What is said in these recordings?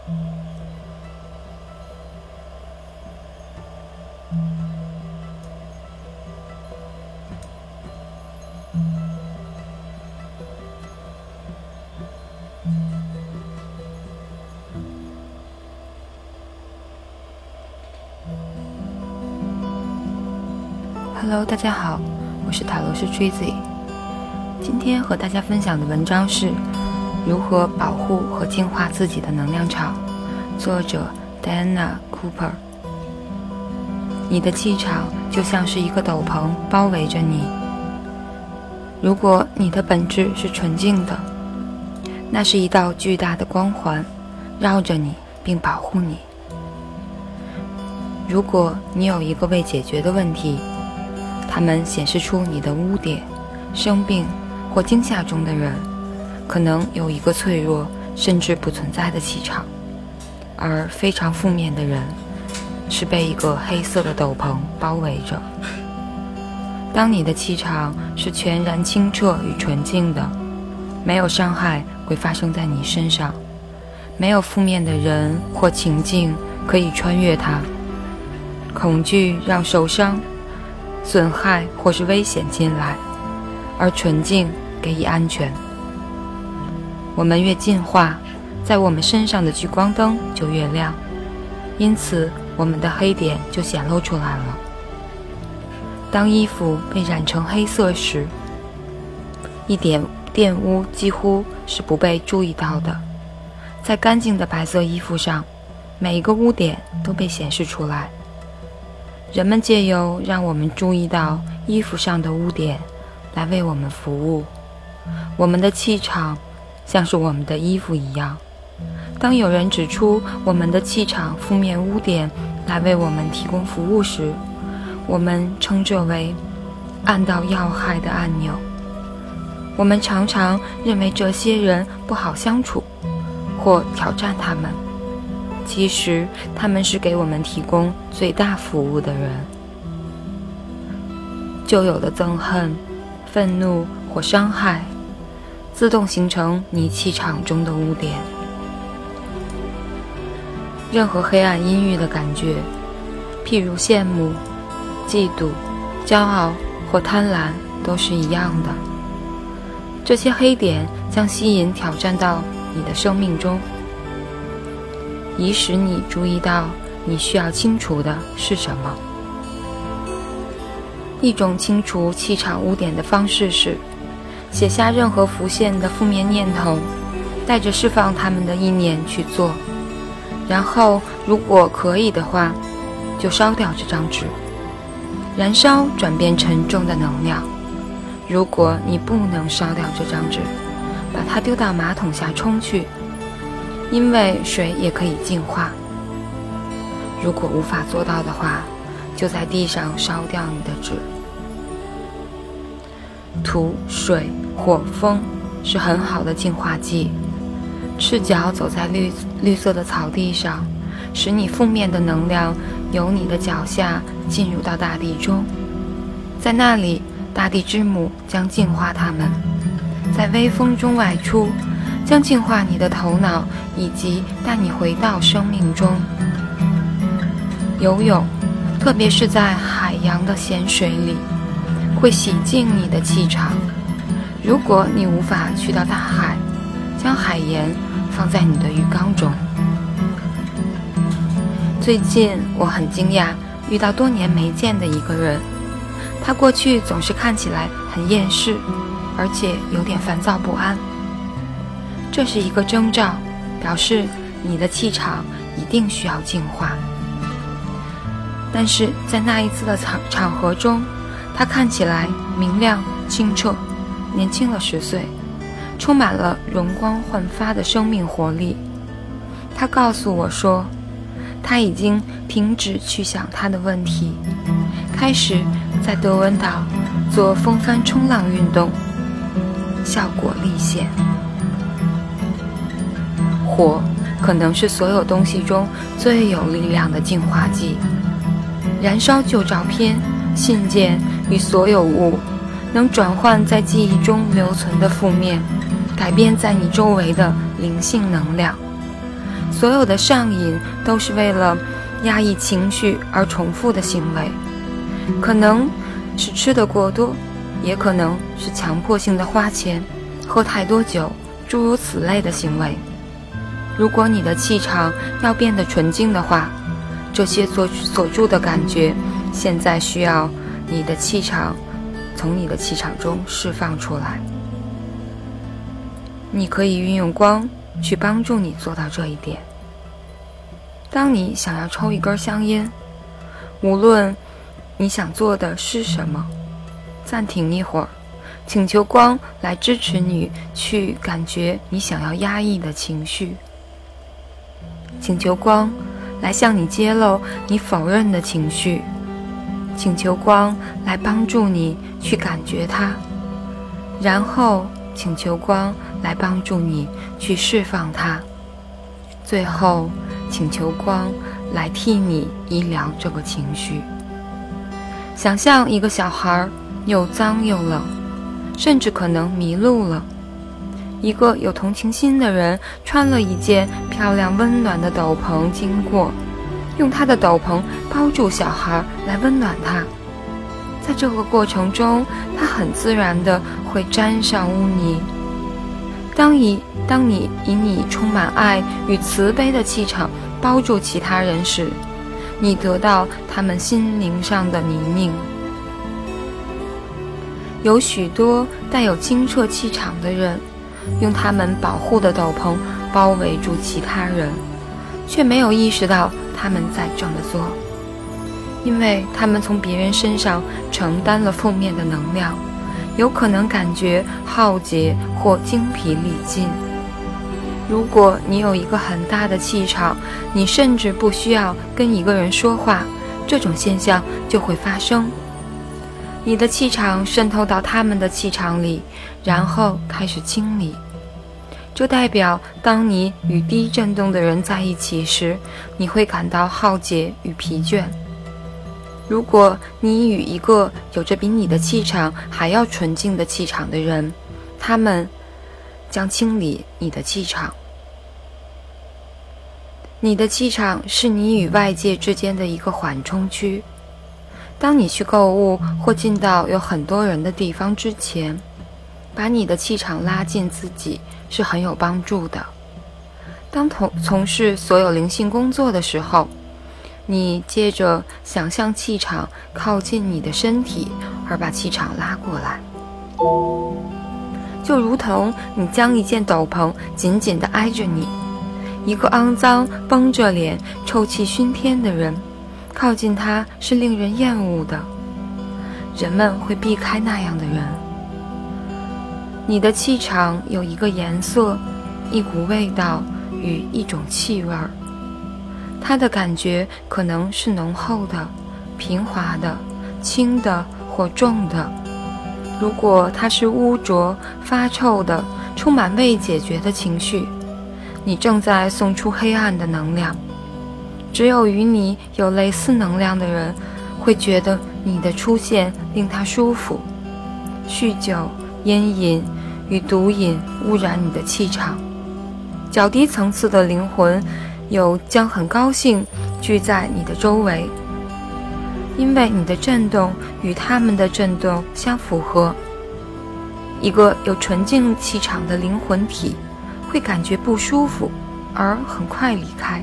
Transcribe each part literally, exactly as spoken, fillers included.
Hello， 大家好，我是塔罗师 Tracy。今天和大家分享的文章是如何保护和净化自己的能量场，作者 Diana Cooper。你的气场就像是一个斗篷包围着你。如果你的本质是纯净的，那是一道巨大的光环，绕着你并保护你。如果你有一个未解决的问题，它们显示出你的污点、生病或惊吓中的人可能有一个脆弱甚至不存在的气场，而非常负面的人是被一个黑色的斗篷包围着。当你的气场是全然清澈与纯净的，没有伤害会发生在你身上，没有负面的人或情境可以穿越它。恐惧让受伤、损害或是危险进来，而纯净给予安全。我们越进化，在我们身上的聚光灯就越亮，因此我们的黑点就显露出来了。当衣服被染成黑色时，一点玷污几乎是不被注意到的。在干净的白色衣服上，每一个污点都被显示出来。人们借由让我们注意到衣服上的污点来为我们服务。我们的气场像是我们的衣服一样，当有人指出我们的气场负面污点来为我们提供服务时，我们称这为按到要害的按钮。我们常常认为这些人不好相处，或挑战他们，其实他们是给我们提供最大服务的人。旧有的憎恨、愤怒或伤害自动形成你气场中的污点。任何黑暗阴郁的感觉，譬如羡慕、嫉妒、骄傲或贪婪，都是一样的。这些黑点将吸引挑战到你的生命中，以使你注意到你需要清除的是什么。一种清除气场污点的方式是写下任何浮现的负面念头，带着释放它们的意念去做，然后如果可以的话，就烧掉这张纸，燃烧转变沉重的能量。如果你不能烧掉这张纸，把它丢到马桶下冲去，因为水也可以净化。如果无法做到的话，就在地上烧掉你的纸。土、水、火、风是很好的净化剂。赤脚走在绿绿色的草地上，使你负面的能量由你的脚下进入到大地中，在那里，大地之母将净化它们，在微风中外出，将净化你的头脑，以及带你回到生命中。游泳，特别是在海洋的咸水里，会洗净你的气场。如果你无法去到大海，将海盐放在你的浴缸中。最近我很惊讶，遇到多年没见的一个人，他过去总是看起来很厌世，而且有点烦躁不安。这是一个征兆，表示你的气场一定需要净化。但是在那一次的场场合中，他看起来明亮清澈，年轻了十岁，充满了容光焕发的生命活力。他告诉我说，他已经停止去想他的问题，开始在德文岛做风帆冲浪运动，效果立现。火可能是所有东西中最有力量的净化剂，燃烧旧照片、信件与所有物，能转换在记忆中留存的负面，改变在你周围的灵性能量。 所有的上瘾都是为了压抑情绪而重复的行为，可能是吃得过多，也可能是强迫性的花钱、喝太多酒，诸如此类的行为。如果你的气场要变得纯净的话，这些所锁住的感觉，现在需要你的气场从你的气场中释放出来。你可以运用光去帮助你做到这一点。当你想要抽一根香烟，无论你想做的是什么，暂停一会儿，请求光来支持你去感觉你想要压抑的情绪，请求光来向你揭露你否认的情绪，请求光来帮助你去感觉它，然后请求光来帮助你去释放它，最后请求光来替你医疗这个情绪。想象一个小孩又脏又冷，甚至可能迷路了，一个有同情心的人穿了一件漂亮温暖的斗篷经过，用他的斗篷包住小孩来温暖他。在这个过程中，他很自然地会沾上污泥。当你当你以你充满爱与慈悲的气场包住其他人时，你得到他们心灵上的泥泞。有许多带有清澈气场的人，用他们保护的斗篷包围住其他人，却没有意识到他们在这么做，因为他们从别人身上承担了负面的能量，有可能感觉耗竭或精疲力尽。如果你有一个很大的气场，你甚至不需要跟一个人说话，这种现象就会发生。你的气场渗透到他们的气场里，然后开始清理。这代表当你与低振动的人在一起时，你会感到耗竭与疲倦。如果你与一个有着比你的气场还要纯净的气场的人，他们将清理你的气场。你的气场是你与外界之间的一个缓冲区。当你去购物或进到有很多人的地方之前，把你的气场拉近自己是很有帮助的。当从从事所有灵性工作的时候，你借着想象气场靠近你的身体而把气场拉过来，就如同你将一件斗篷紧紧地挨着你。一个肮脏、绷着脸、臭气熏天的人，靠近他是令人厌恶的，人们会避开那样的人。你的气场有一个颜色、一股味道与一种气味儿，它的感觉可能是浓厚的、平滑的、轻的或重的。如果它是污浊、发臭的、充满未解决的情绪，你正在送出黑暗的能量。只有与你有类似能量的人会觉得你的出现令他舒服。酗酒、烟瘾与毒瘾污染你的气场。较低层次的灵魂有将很高兴聚在你的周围，因为你的震动与他们的震动相符合。一个有纯净气场的灵魂体会感觉不舒服，而很快离开。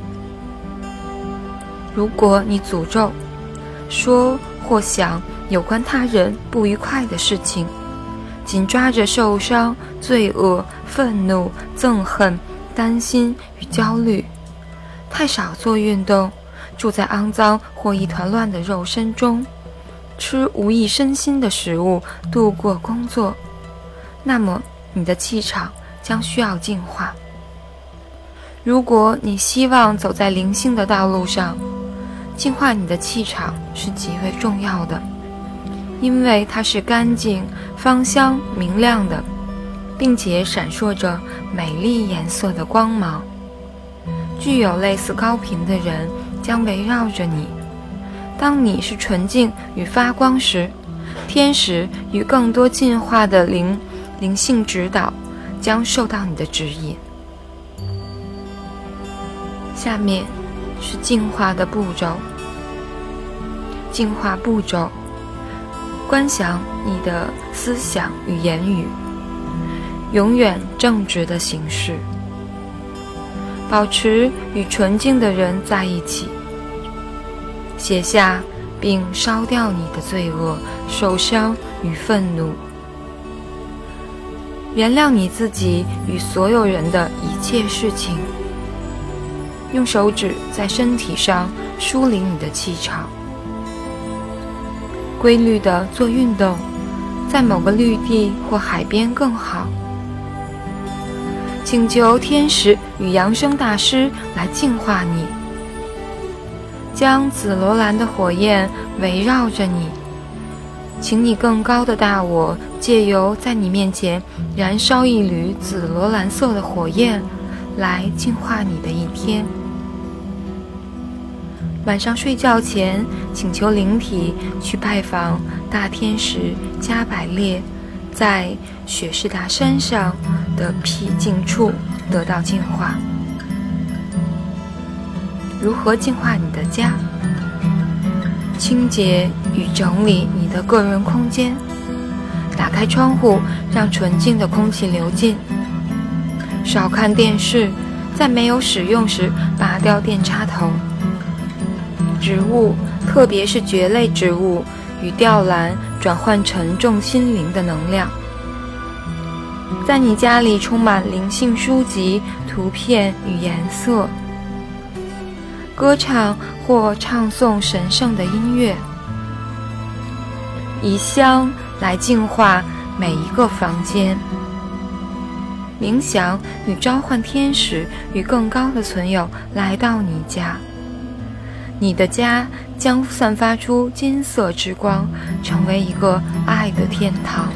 如果你诅咒、说或想有关他人不愉快的事情，紧抓着受伤、罪恶、愤怒、憎恨、担心与焦虑，太少做运动，住在肮脏或一团乱的肉身中，吃无益身心的食物，度过工作，那么你的气场将需要净化。如果你希望走在灵性的道路上，净化你的气场是极为重要的，因为它是干净、芳香、明亮的，并且闪烁着美丽颜色的光芒。具有类似高频的人将围绕着你。当你是纯净与发光时，天使与更多进化的灵灵性指导将受到你的指引。 下面是净化的步骤。净化步骤：观想你的思想与言语，永远正直的行事，保持与纯净的人在一起，写下并烧掉你的罪恶、受伤与愤怒，原谅你自己与所有人的一切事情。用手指在身体上梳理你的气场，规律地做运动，在某个绿地或海边更好。请求天使与扬升大师来净化你，将紫罗兰的火焰围绕着你，请你更高的大我借由在你面前燃烧一缕紫罗兰色的火焰来净化你的一天。晚上睡觉前，请求灵体去拜访大天使加百列，在雪士达山上的僻静处得到净化。如何净化你的家？清洁与整理你的个人空间，打开窗户，让纯净的空气流进。少看电视，在没有使用时拔掉电插头。植物，特别是蕨类植物，与吊兰转换沉重心灵的能量。在你家里充满灵性书籍、图片与颜色，歌唱或唱诵神圣的音乐，以香来净化每一个房间。冥想与召唤天使与更高的存有来到你家，你的家将散发出金色之光，成为一个爱的天堂。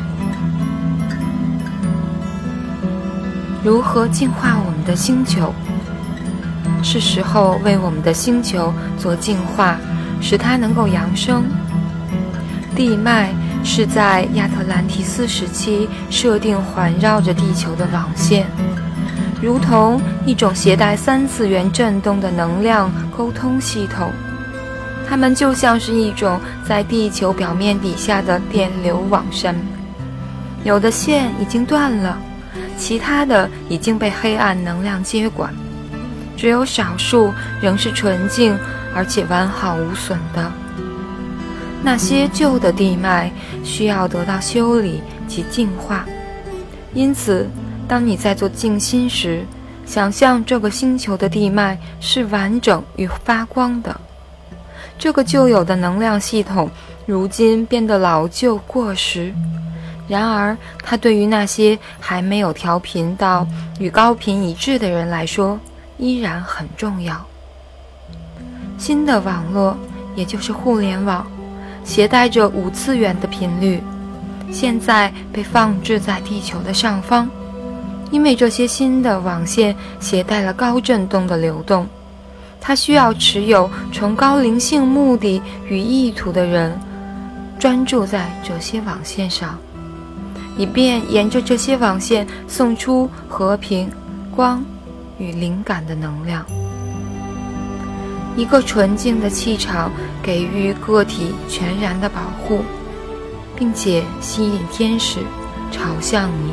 如何净化我们的星球？是时候为我们的星球做净化，使它能够扬升。地脉是在亚特兰蒂斯时期设定环绕着地球的网线，如同一种携带三次元振动的能量沟通系统。它们就像是一种在地球表面底下的电流网绳，有的线已经断了，其他的已经被黑暗能量接管，只有少数仍是纯净而且完好无损的。那些旧的地脉需要得到修理及净化，因此当你在做静心时，想象这个星球的地脉是完整与发光的。这个旧有的能量系统如今变得老旧过时，然而它对于那些还没有调频到与高频一致的人来说依然很重要。新的网络，也就是互联网，携带着五次元的频率，现在被放置在地球的上方，因为这些新的网线携带了高振动的流动。它需要持有崇高灵性目的与意图的人专注在这些网线上，以便沿着这些网线送出和平、光与灵感的能量。一个纯净的气场给予个体全然的保护，并且吸引天使朝向你。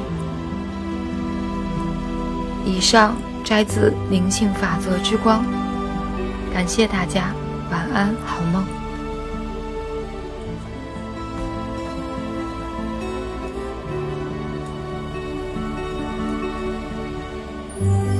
以上摘自《灵性法则之光》，感谢大家，晚安，好梦。 嗯。